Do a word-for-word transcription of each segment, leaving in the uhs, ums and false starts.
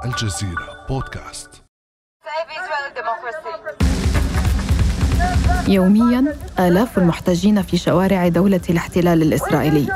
الجزيرة بودكاست. يومياً آلاف المحتجين في شوارع دولة الاحتلال الإسرائيلي.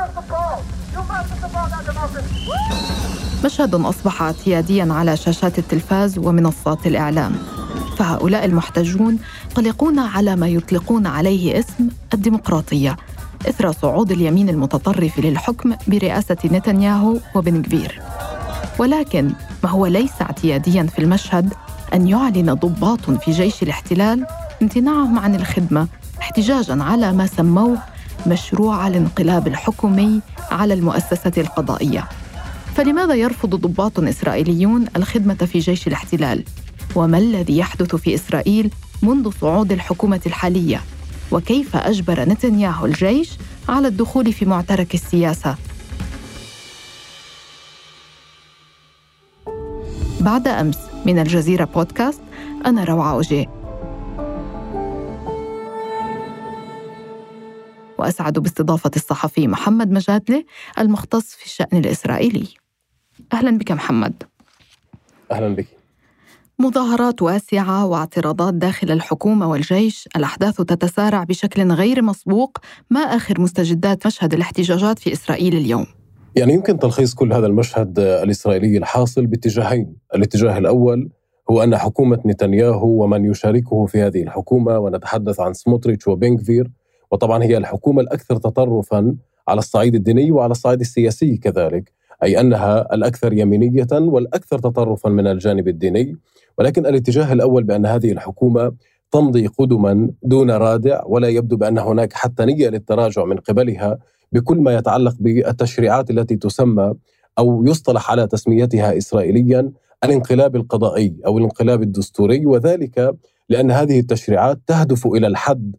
مشهد أصبح اعتيادياً على شاشات التلفاز ومنصات الإعلام، فهؤلاء المحتجون قلقون على ما يطلقون عليه اسم الديمقراطية إثر صعود اليمين المتطرف للحكم برئاسة نتنياهو وبن غفير. ولكن ما هو ليس اعتيادياً في المشهد أن يعلن ضباط في جيش الاحتلال امتناعهم عن الخدمة احتجاجاً على ما سموه مشروع الانقلاب الحكومي على المؤسسة القضائية. فلماذا يرفض ضباط إسرائيليون الخدمة في جيش الاحتلال؟ وما الذي يحدث في إسرائيل منذ صعود الحكومة الحالية؟ وكيف أجبر نتنياهو الجيش على الدخول في معترك السياسة؟ بعد أمس من الجزيرة بودكاست، أنا روعة أوجي، وأسعد باستضافة الصحفي محمد مجادلي المختص في الشأن الإسرائيلي. أهلاً بك محمد. أهلاً بك. مظاهرات واسعة واعتراضات داخل الحكومة والجيش، الأحداث تتسارع بشكل غير مسبوق. ما آخر مستجدات مشهد الاحتجاجات في إسرائيل اليوم؟ يعني يمكن تلخيص كل هذا المشهد الإسرائيلي الحاصل باتجاهين. الاتجاه الأول هو أن حكومة نتنياهو ومن يشاركه في هذه الحكومة، ونتحدث عن سموتريتش وبن غفير، وطبعا هي الحكومة الأكثر تطرفاً على الصعيد الديني وعلى الصعيد السياسي كذلك، أي أنها الأكثر يمينية والأكثر تطرفاً من الجانب الديني. ولكن الاتجاه الأول بأن هذه الحكومة تمضي قدماً دون رادع، ولا يبدو بأن هناك حتى نية للتراجع من قبلها بكل ما يتعلق بالتشريعات التي تسمى أو يصطلح على تسميتها إسرائيلياً الانقلاب القضائي أو الانقلاب الدستوري، وذلك لأن هذه التشريعات تهدف إلى الحد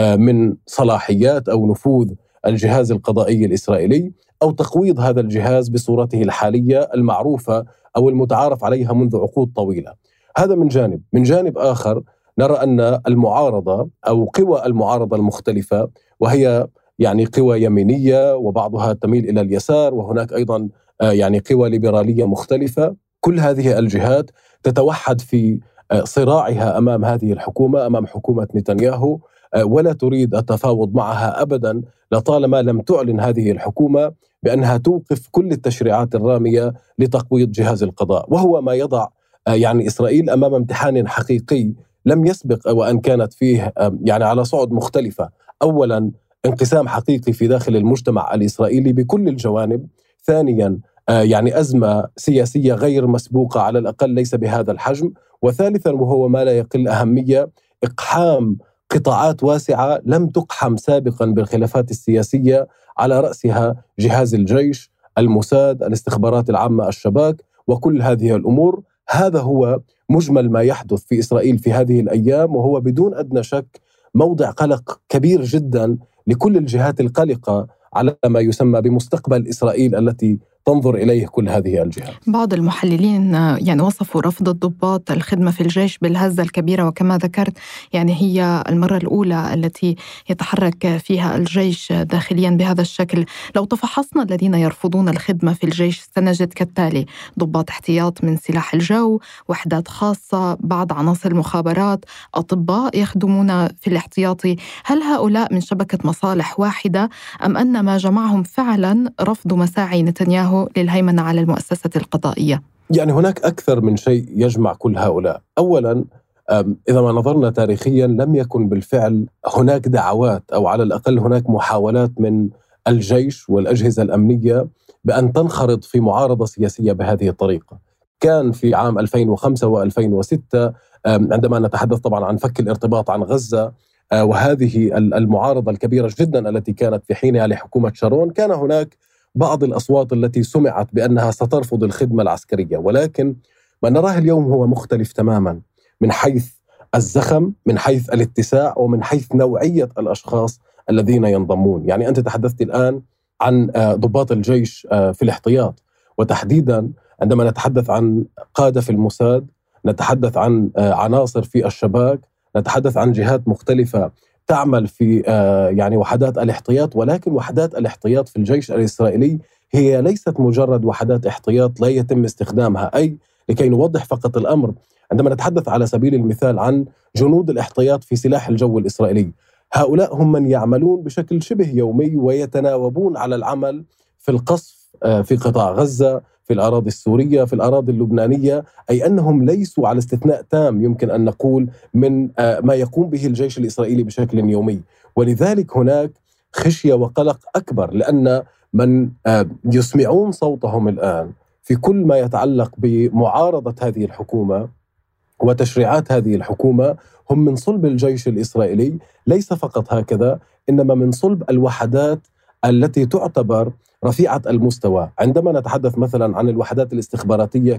من صلاحيات أو نفوذ الجهاز القضائي الإسرائيلي، أو تقويض هذا الجهاز بصورته الحالية المعروفة أو المتعارف عليها منذ عقود طويلة. هذا من جانب. من جانب آخر نرى أن المعارضة أو قوى المعارضة المختلفة، وهي يعني قوى يمينية وبعضها تميل إلى اليسار، وهناك أيضا يعني قوى ليبرالية مختلفة، كل هذه الجهات تتوحد في صراعها أمام هذه الحكومة، أمام حكومة نتنياهو، ولا تريد التفاوض معها أبدا لطالما لم تعلن هذه الحكومة بأنها توقف كل التشريعات الرامية لتقويض جهاز القضاء، وهو ما يضع يعني إسرائيل أمام امتحان حقيقي لم يسبق، وأن كانت فيه يعني على صعد مختلفة. أولا انقسام حقيقي في داخل المجتمع الإسرائيلي بكل الجوانب. ثانيا يعني أزمة سياسية غير مسبوقة على الأقل ليس بهذا الحجم. وثالثا وهو ما لا يقل أهمية، إقحام قطاعات واسعة لم تقحم سابقا بالخلافات السياسية، على رأسها جهاز الجيش، الموساد، الاستخبارات العامة، الشباك، وكل هذه الأمور. هذا هو مجمل ما يحدث في إسرائيل في هذه الأيام، وهو بدون أدنى شك موضع قلق كبير جدا لكل الجهات القلقة على ما يسمى بمستقبل إسرائيل التي تنظر إليه كل هذه الجهات. بعض المحللين يعني وصفوا رفض الضباط الخدمة في الجيش بالهزة الكبيرة، وكما ذكرت يعني هي المرة الأولى التي يتحرك فيها الجيش داخليا بهذا الشكل. لو تفحصنا الذين يرفضون الخدمة في الجيش سنجد كالتالي: ضباط احتياط من سلاح الجو، وحدات خاصة، بعض عناصر المخابرات، أطباء يخدمون في الاحتياطي. هل هؤلاء من شبكة مصالح واحدة، أم أن ما جمعهم فعلا رفض مساعي نتنياهو للهيمنة على المؤسسة القضائية؟ يعني هناك أكثر من شيء يجمع كل هؤلاء. أولا إذا ما نظرنا تاريخيا لم يكن بالفعل هناك دعوات، أو على الأقل هناك محاولات من الجيش والأجهزة الأمنية بأن تنخرط في معارضة سياسية بهذه الطريقة. كان في عام ألفين وخمسة وألفين وستة عندما نتحدث طبعا عن فك الارتباط عن غزة وهذه المعارضة الكبيرة جدا التي كانت في حينها لحكومة شارون، كان هناك بعض الأصوات التي سمعت بأنها سترفض الخدمة العسكرية. ولكن ما نراه اليوم هو مختلف تماما، من حيث الزخم، من حيث الاتساع، ومن حيث نوعية الأشخاص الذين ينضمون. يعني أنت تحدثت الآن عن ضباط الجيش في الاحتياط، وتحديدا عندما نتحدث عن قادة في الموساد، نتحدث عن عناصر في الشباك، نتحدث عن جهات مختلفة تعمل في يعني وحدات الاحتياط. ولكن وحدات الاحتياط في الجيش الإسرائيلي هي ليست مجرد وحدات احتياط لا يتم استخدامها، أي لكي نوضح فقط الأمر، عندما نتحدث على سبيل المثال عن جنود الاحتياط في سلاح الجو الإسرائيلي، هؤلاء هم من يعملون بشكل شبه يومي ويتناوبون على العمل في القصف في قطاع غزة، في الأراضي السورية، في الأراضي اللبنانية، أي أنهم ليسوا على استثناء تام يمكن أن نقول من ما يقوم به الجيش الإسرائيلي بشكل يومي. ولذلك هناك خشية وقلق أكبر، لأن من يسمعون صوتهم الآن في كل ما يتعلق بمعارضة هذه الحكومة وتشريعات هذه الحكومة هم من صلب الجيش الإسرائيلي، ليس فقط هكذا، إنما من صلب الوحدات التي تعتبر رفيعة المستوى. عندما نتحدث مثلا عن الوحدات الاستخباراتية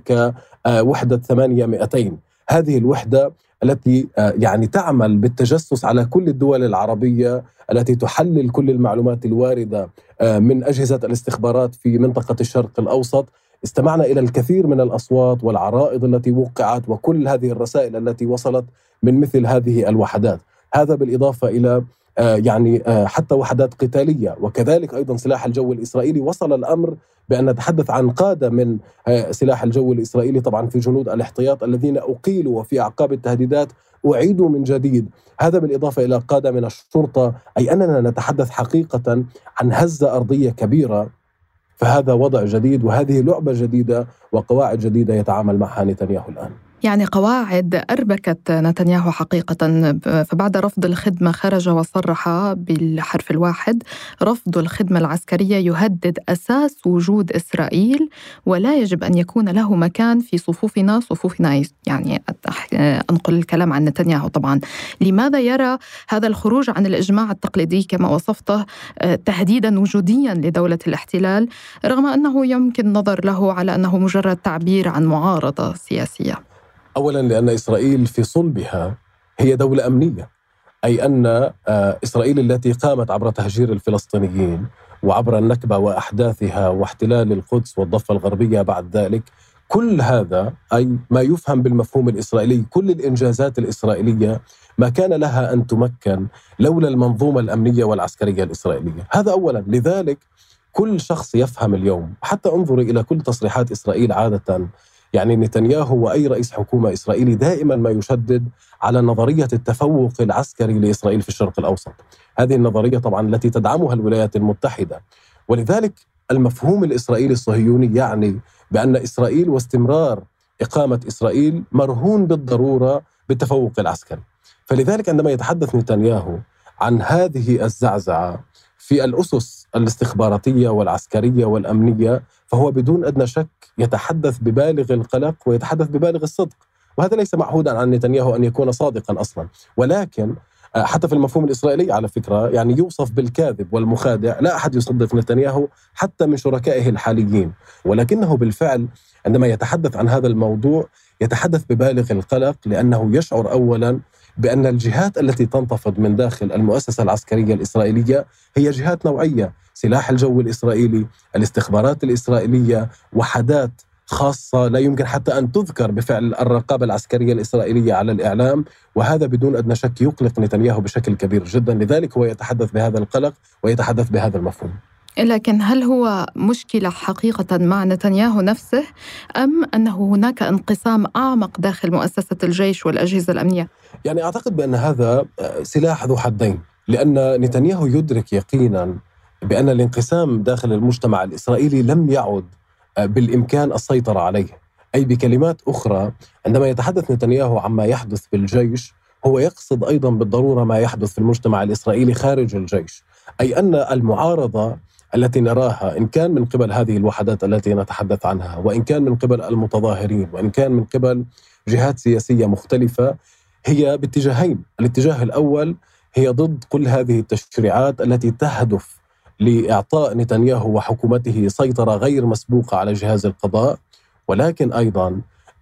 كوحدة ثمانية مئتين، هذه الوحدة التي يعني تعمل بالتجسس على كل الدول العربية، التي تحلل كل المعلومات الواردة من أجهزة الاستخبارات في منطقة الشرق الأوسط. استمعنا إلى الكثير من الأصوات والعرائض التي وقعت وكل هذه الرسائل التي وصلت من مثل هذه الوحدات. هذا بالإضافة إلى يعني حتى وحدات قتالية، وكذلك أيضا سلاح الجو الإسرائيلي. وصل الأمر بأن نتحدث عن قادة من سلاح الجو الإسرائيلي طبعا في جنود الاحتياط الذين أقيلوا وفي أعقاب التهديدات أعيدوا من جديد. هذا بالإضافة إلى قادة من الشرطة، أي أننا نتحدث حقيقة عن هزة أرضية كبيرة. فهذا وضع جديد وهذه لعبة جديدة وقواعد جديدة يتعامل معها نتنياهو الآن. يعني قواعد أربكت نتنياهو حقيقة. فبعد رفض الخدمة خرج وصرح بالحرف الواحد: رفض الخدمة العسكرية يهدد أساس وجود إسرائيل، ولا يجب أن يكون له مكان في صفوفنا صفوفنا يعني أنقل الكلام عن نتنياهو طبعا. لماذا يرى هذا الخروج عن الإجماع التقليدي كما وصفته تهديدا وجوديا لدولة الاحتلال، رغم أنه يمكن نظر له على أنه مجرد تعبير عن معارضة سياسية؟ أولاً لأن إسرائيل في صلبها هي دولة أمنية، أي أن إسرائيل التي قامت عبر تهجير الفلسطينيين وعبر النكبة وأحداثها واحتلال القدس والضفة الغربية بعد ذلك، كل هذا أي ما يفهم بالمفهوم الإسرائيلي، كل الإنجازات الإسرائيلية ما كان لها أن تمكن لولا المنظومة الأمنية والعسكرية الإسرائيلية. هذا أولاً. لذلك كل شخص يفهم اليوم، حتى انظري إلى كل تصريحات إسرائيل عادة، يعني نتنياهو وأي رئيس حكومة إسرائيلي دائما ما يشدد على نظرية التفوق العسكري لإسرائيل في الشرق الأوسط. هذه النظرية طبعا التي تدعمها الولايات المتحدة. ولذلك المفهوم الإسرائيلي الصهيوني يعني بأن إسرائيل واستمرار إقامة إسرائيل مرهون بالضرورة بالتفوق العسكري. فلذلك عندما يتحدث نتنياهو عن هذه الزعزعة في الأسس الاستخباراتية والعسكرية والأمنية، فهو بدون أدنى شك يتحدث ببالغ القلق ويتحدث ببالغ الصدق، وهذا ليس معهودا عن نتنياهو أن يكون صادقا أصلا. ولكن حتى في المفهوم الإسرائيلي على فكرة يعني يوصف بالكاذب والمخادع، لا أحد يصدق نتنياهو حتى من شركائه الحاليين. ولكنه بالفعل عندما يتحدث عن هذا الموضوع يتحدث ببالغ القلق، لأنه يشعر أولا بأن الجهات التي تنتفض من داخل المؤسسة العسكرية الإسرائيلية هي جهات نوعية: سلاح الجو الإسرائيلي، الاستخبارات الإسرائيلية، وحدات خاصة لا يمكن حتى أن تذكر بفعل الرقابة العسكرية الإسرائيلية على الإعلام. وهذا بدون أدنى شك يقلق نتنياهو بشكل كبير جدا، لذلك هو يتحدث بهذا القلق ويتحدث بهذا المفهوم. لكن هل هو مشكلة حقيقة مع نتنياهو نفسه، أم أنه هناك انقسام أعمق داخل مؤسسة الجيش والأجهزة الأمنية؟ يعني أعتقد بأن هذا سلاح ذو حدين، لأن نتنياهو يدرك يقينا بأن الانقسام داخل المجتمع الإسرائيلي لم يعد بالإمكان السيطرة عليه. أي بكلمات أخرى، عندما يتحدث نتنياهو عما يحدث بالجيش هو يقصد أيضا بالضرورة ما يحدث في المجتمع الإسرائيلي خارج الجيش. أي أن المعارضة التي نراها إن كان من قبل هذه الوحدات التي نتحدث عنها، وإن كان من قبل المتظاهرين، وإن كان من قبل جهات سياسية مختلفة، هي باتجاهين. الاتجاه الأول هي ضد كل هذه التشريعات التي تهدف لإعطاء نتنياهو وحكومته سيطرة غير مسبوقة على جهاز القضاء، ولكن أيضا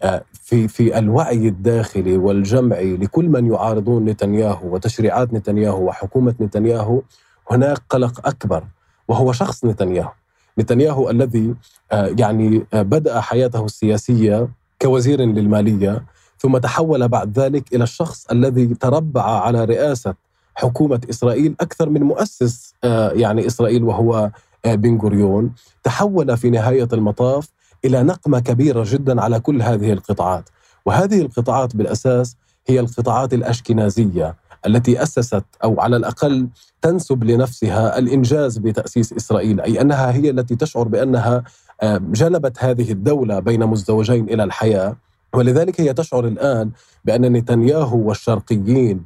في في الوعي الداخلي والجمعي لكل من يعارضون نتنياهو وتشريعات نتنياهو وحكومة نتنياهو هناك قلق أكبر، وهو شخص نتنياهو. نتنياهو الذي يعني بدأ حياته السياسية كوزير للمالية، ثم تحول بعد ذلك إلى الشخص الذي تربع على رئاسة حكومة إسرائيل أكثر من مؤسس يعني إسرائيل وهو بن غوريون. تحول في نهاية المطاف إلى نقمة كبيرة جدا على كل هذه القطاعات. وهذه القطاعات بالأساس هي القطاعات الأشكنازية التي أسست أو على الأقل تنسب لنفسها الإنجاز بتأسيس إسرائيل، أي أنها هي التي تشعر بأنها جلبت هذه الدولة بين مزدوجين إلى الحياة. ولذلك هي تشعر الآن بأن نتنياهو والشرقيين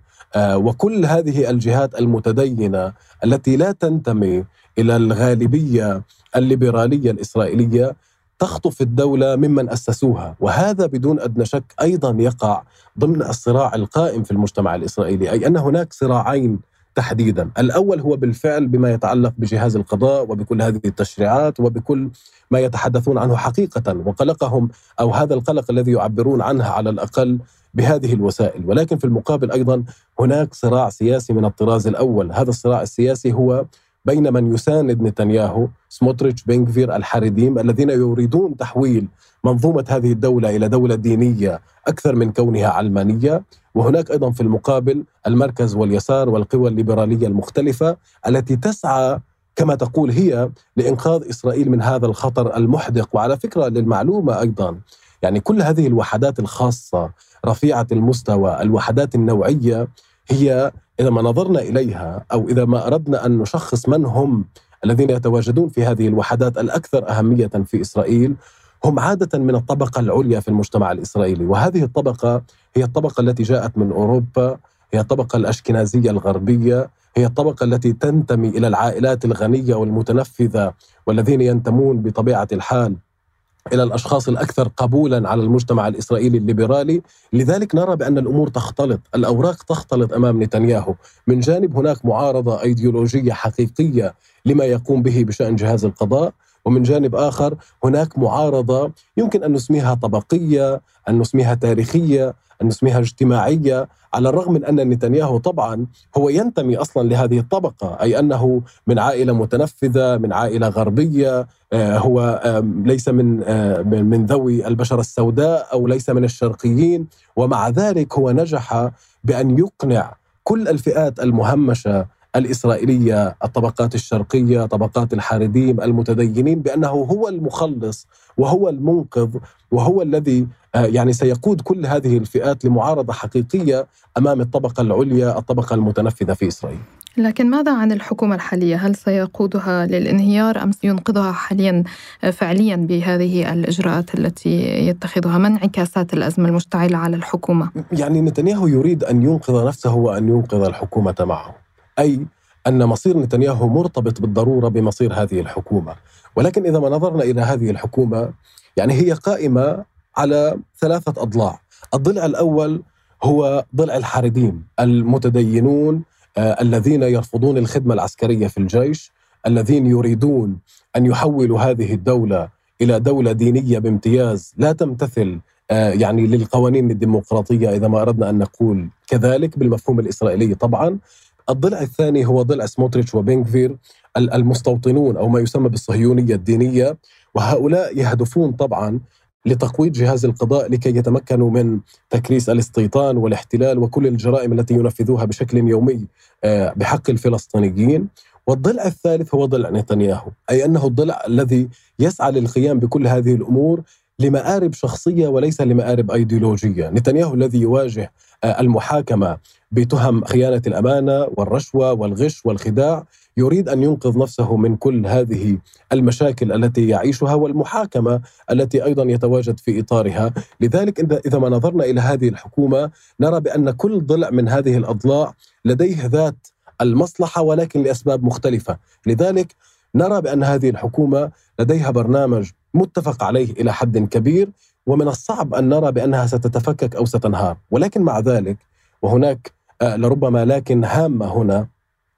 وكل هذه الجهات المتدينة التي لا تنتمي إلى الغالبية الليبرالية الإسرائيلية تخطف الدولة ممن أسسوها، وهذا بدون أدنى شك أيضا يقع ضمن الصراع القائم في المجتمع الإسرائيلي، أي أن هناك صراعين تحديدا. الأول هو بالفعل بما يتعلق بجهاز القضاء وبكل هذه التشريعات وبكل ما يتحدثون عنه حقيقة، وقلقهم أو هذا القلق الذي يعبرون عنه على الأقل بهذه الوسائل. ولكن في المقابل أيضا هناك صراع سياسي من الطراز الأول. هذا الصراع السياسي هو بين من يساند نتنياهو، سموتريتش، بنغفير، الحريديم، الذين يريدون تحويل منظومة هذه الدولة إلى دولة دينية أكثر من كونها علمانية. وهناك أيضا في المقابل المركز واليسار والقوى الليبرالية المختلفة التي تسعى كما تقول هي لإنقاذ إسرائيل من هذا الخطر المحدق. وعلى فكرة للمعلومة أيضا، يعني كل هذه الوحدات الخاصة رفيعة المستوى، الوحدات النوعية، هي إذا ما نظرنا إليها أو إذا ما أردنا أن نشخص من هم الذين يتواجدون في هذه الوحدات الأكثر أهمية في إسرائيل، هم عادة من الطبقة العليا في المجتمع الإسرائيلي. وهذه الطبقة هي الطبقة التي جاءت من أوروبا، هي الطبقة الأشكنازية الغربية، هي الطبقة التي تنتمي إلى العائلات الغنية والمتنفذة، والذين ينتمون بطبيعة الحال إلى الأشخاص الأكثر قبولاً على المجتمع الإسرائيلي الليبرالي. لذلك نرى بأن الأمور تختلط، الأوراق تختلط أمام نتنياهو. من جانب هناك معارضة أيديولوجية حقيقية لما يقوم به بشأن جهاز القضاء، ومن جانب آخر هناك معارضة يمكن أن نسميها طبقية، أن نسميها تاريخية، أن نسميها اجتماعية، على الرغم من أن نتنياهو طبعا هو ينتمي أصلا لهذه الطبقة، أي أنه من عائلة متنفذة، من عائلة غربية، هو ليس من من ذوي البشرة السوداء أو ليس من الشرقيين، ومع ذلك هو نجح بأن يقنع كل الفئات المهمشة الإسرائيلية، الطبقات الشرقية، طبقات الحارديم، المتدينين، بأنه هو المخلص وهو المنقذ وهو الذي يعني سيقود كل هذه الفئات لمعارضة حقيقية أمام الطبقة العليا، الطبقة المتنفذة في إسرائيل. لكن ماذا عن الحكومة الحالية؟ هل سيقودها للانهيار أم سينقذها حاليا فعليا بهذه الإجراءات التي يتخذها؟ ما انعكاسات الأزمة المشتعلة على الحكومة؟ يعني نتنياهو يريد أن ينقذ نفسه وأن ينقذ الحكومة معه، أي أن مصير نتنياهو مرتبط بالضرورة بمصير هذه الحكومة. ولكن إذا ما نظرنا إلى هذه الحكومة، يعني هي قائمة على ثلاثة أضلاع. الضلع الأول هو ضلع الحارديم، المتدينون آه الذين يرفضون الخدمة العسكرية في الجيش، الذين يريدون أن يحولوا هذه الدولة إلى دولة دينية بامتياز لا تمتثل آه يعني للقوانين الديمقراطية، إذا ما أردنا أن نقول كذلك بالمفهوم الإسرائيلي طبعا. الضلع الثاني هو ضلع سموتريتش وبنغفير، المستوطنون أو ما يسمى بالصهيونية الدينية، وهؤلاء يهدفون طبعا لتقويض جهاز القضاء لكي يتمكنوا من تكريس الاستيطان والاحتلال وكل الجرائم التي ينفذوها بشكل يومي بحق الفلسطينيين. والضلع الثالث هو ضلع نتنياهو، أي أنه الضلع الذي يسعى للقيام بكل هذه الأمور لمآرب شخصية وليس لمآرب أيديولوجية. نتنياهو الذي يواجه المحاكمة بتهم خيانة الأمانة والرشوة والغش والخداع يريد أن ينقذ نفسه من كل هذه المشاكل التي يعيشها والمحاكمة التي أيضا يتواجد في إطارها. لذلك إذا ما نظرنا إلى هذه الحكومة نرى بأن كل ضلع من هذه الأضلاع لديه ذات المصلحة ولكن لأسباب مختلفة. لذلك نرى بأن هذه الحكومة لديها برنامج متفق عليه إلى حد كبير، ومن الصعب أن نرى بأنها ستتفكك أو ستنهار. ولكن مع ذلك وهناك لربما لكن هامة هنا،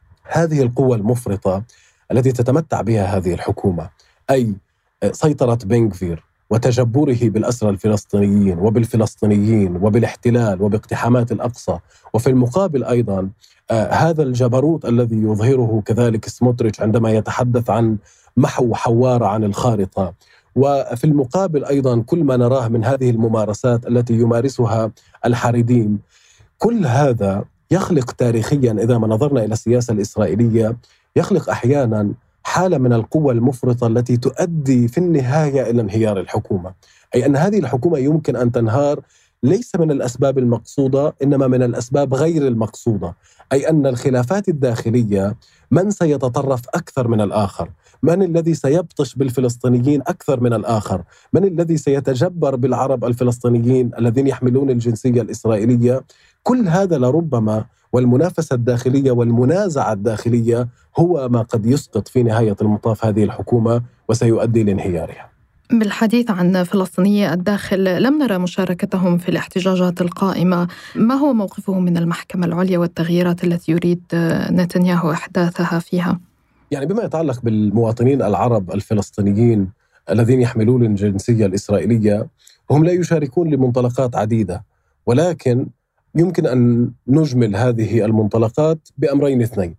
هذه القوة المفرطة التي تتمتع بها هذه الحكومة، أي سيطرة بنغفير وتجبره بالأسرى الفلسطينيين وبالفلسطينيين وبالاحتلال وباقتحامات الأقصى، وفي المقابل أيضا آه هذا الجبروت الذي يظهره كذلك سموتريتش عندما يتحدث عن محو حوارة عن الخارطة، وفي المقابل أيضا كل ما نراه من هذه الممارسات التي يمارسها الحارديم. كل هذا يخلق تاريخيا إذا ما نظرنا إلى السياسة الإسرائيلية، يخلق أحيانا حالة من القوة المفرطة التي تؤدي في النهاية إلى انهيار الحكومة. أي أن هذه الحكومة يمكن أن تنهار ليس من الأسباب المقصودة إنما من الأسباب غير المقصودة. أي أن الخلافات الداخلية، من سيتطرف أكثر من الآخر، من الذي سيبطش بالفلسطينيين أكثر من الآخر، من الذي سيتجبر بالعرب الفلسطينيين الذين يحملون الجنسية الإسرائيلية، كل هذا لربما والمنافسة الداخلية والمنازعة الداخلية هو ما قد يسقط في نهاية المطاف هذه الحكومة وسيؤدي لانهيارها. بالحديث عن فلسطينيي الداخل، لم نرى مشاركتهم في الاحتجاجات القائمة. ما هو موقفهم من المحكمة العليا والتغييرات التي يريد نتنياهو إحداثها فيها؟ يعني بما يتعلق بالمواطنين العرب الفلسطينيين الذين يحملون الجنسية الإسرائيلية، هم لا يشاركون لمنطلقات عديدة، ولكن يمكن أن نجمل هذه المنطلقات بأمرين اثنين.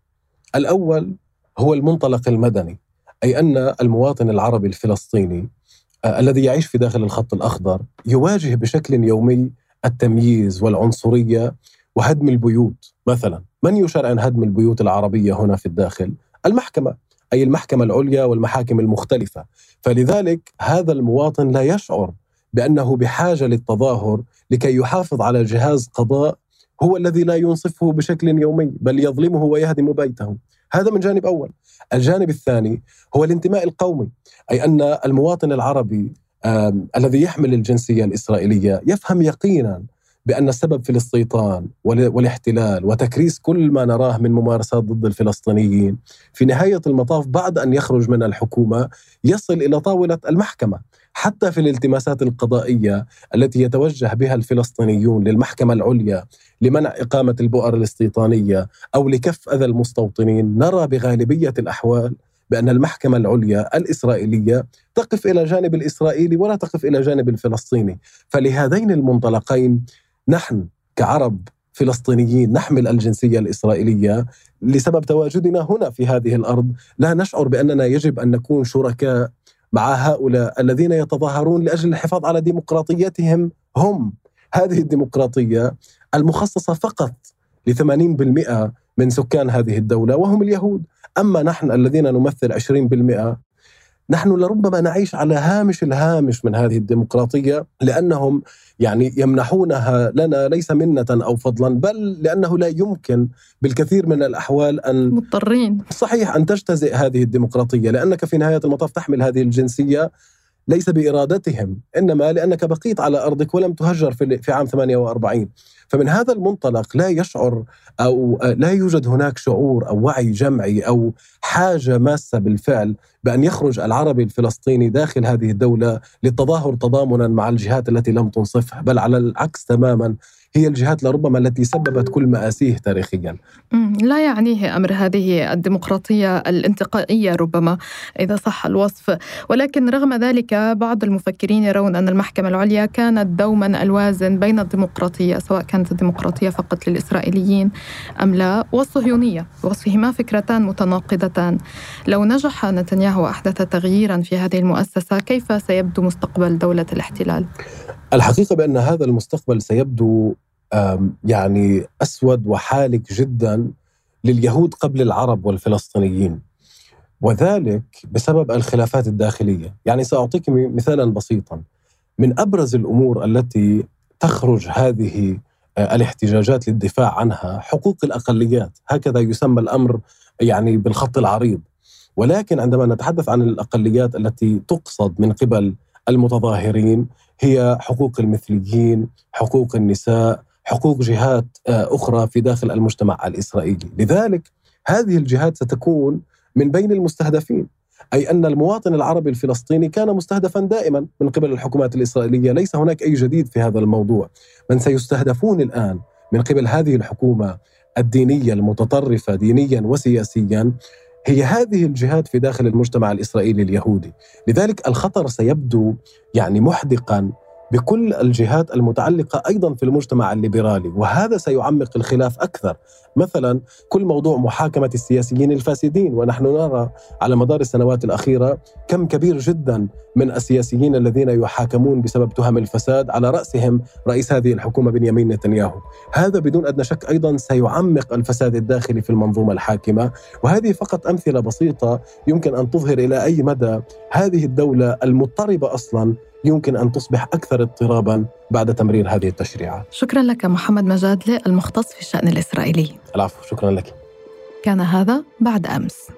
الأول هو المنطلق المدني، أي أن المواطن العربي الفلسطيني آه الذي يعيش في داخل الخط الأخضر يواجه بشكل يومي التمييز والعنصرية وهدم البيوت. مثلا من يشرع عن هدم البيوت العربية هنا في الداخل؟ المحكمة، أي المحكمة العليا والمحاكم المختلفة. فلذلك هذا المواطن لا يشعر بأنه بحاجة للتظاهر لكي يحافظ على جهاز قضاء هو الذي لا ينصفه بشكل يومي بل يظلمه ويهدم بيته. هذا من جانب أول. الجانب الثاني هو الانتماء القومي، أي أن المواطن العربي الذي يحمل الجنسية الإسرائيلية يفهم يقينا بأن السبب في الاستيطان والاحتلال وتكريس كل ما نراه من ممارسات ضد الفلسطينيين في نهاية المطاف بعد أن يخرج من الحكومة يصل إلى طاولة المحكمة. حتى في الالتماسات القضائية التي يتوجه بها الفلسطينيون للمحكمة العليا لمنع إقامة البؤر الاستيطانية أو لكف أذى المستوطنين، نرى بغالبية الأحوال بأن المحكمة العليا الإسرائيلية تقف إلى جانب الإسرائيلي ولا تقف إلى جانب الفلسطيني. فلهذين المنطلقين نحن كعرب فلسطينيين نحمل الجنسية الإسرائيلية لسبب تواجدنا هنا في هذه الأرض لا نشعر بأننا يجب أن نكون شركاء مع هؤلاء الذين يتظاهرون لأجل الحفاظ على ديمقراطيتهم. هم هذه الديمقراطية المخصصة فقط لثمانين بالمئة من سكان هذه الدولة وهم اليهود. أما نحن الذين نمثل عشرين بالمئة نحن لربما نعيش على هامش الهامش من هذه الديمقراطية، لأنهم يعني يمنحونها لنا ليس منة أو فضلا، بل لأنه لا يمكن بالكثير من الأحوال أن مضطرين صحيح أن تجتزئ هذه الديمقراطية، لأنك في نهاية المطاف تحمل هذه الجنسية ليس بإرادتهم، إنما لأنك بقيت على أرضك ولم تهجر في عام ثمانية وأربعين. فمن هذا المنطلق لا يشعر أو لا يوجد هناك شعور أو وعي جمعي أو حاجة ماسة بالفعل بأن يخرج العربي الفلسطيني داخل هذه الدولة للتظاهر تضامنا مع الجهات التي لم تنصفه، بل على العكس تماما هي الجهات لربما التي سببت كل مآسيه تاريخيا. لا يعنيه أمر هذه الديمقراطية الانتقائية ربما إذا صح الوصف، ولكن رغم ذلك بعض المفكرين يرون أن المحكمة العليا كانت دوما الوازن بين الديمقراطية، سواء كانت الديمقراطية فقط للإسرائيليين أم لا، والصهيونية، وصفهما فكرتان متناقضتان. لو نجح نتنياهو وأحدث تغييرا في هذه المؤسسة، كيف سيبدو مستقبل دولة الاحتلال؟ الحقيقة بأن هذا المستقبل سيبدو يعني أسود وحالك جدا لليهود قبل العرب والفلسطينيين، وذلك بسبب الخلافات الداخلية. يعني سأعطيك مثالا بسيطا. من أبرز الأمور التي تخرج هذه الاحتجاجات للدفاع عنها حقوق الأقليات، هكذا يسمى الأمر يعني بالخط العريض. ولكن عندما نتحدث عن الأقليات التي تقصد من قبل المتظاهرين هي حقوق المثليين، حقوق النساء، حقوق جهات أخرى في داخل المجتمع الإسرائيلي. لذلك هذه الجهات ستكون من بين المستهدفين، أي أن المواطن العربي الفلسطيني كان مستهدفا دائما من قبل الحكومات الإسرائيلية، ليس هناك أي جديد في هذا الموضوع. من سيستهدفون الآن من قبل هذه الحكومة الدينية المتطرفة دينيا وسياسيا هي هذه الجهات في داخل المجتمع الإسرائيلي اليهودي. لذلك الخطر سيبدو يعني محدقا بكل الجهات المتعلقة أيضا في المجتمع الليبرالي، وهذا سيعمق الخلاف أكثر. مثلا كل موضوع محاكمة السياسيين الفاسدين، ونحن نرى على مدار السنوات الأخيرة كم كبير جدا من السياسيين الذين يحاكمون بسبب تهم الفساد، على رأسهم رئيس هذه الحكومة بنيامين نتنياهو. هذا بدون أدنى شك أيضا سيعمق الفساد الداخلي في المنظومة الحاكمة. وهذه فقط أمثلة بسيطة يمكن أن تظهر إلى أي مدى هذه الدولة المضطربة أصلا يمكن أن تصبح أكثر اضطرابا بعد تمرير هذه التشريعات. شكرا لك محمد مجادلي المختص في الشأن الإسرائيلي. العفو، شكرا لك. كان هذا بعد أمس.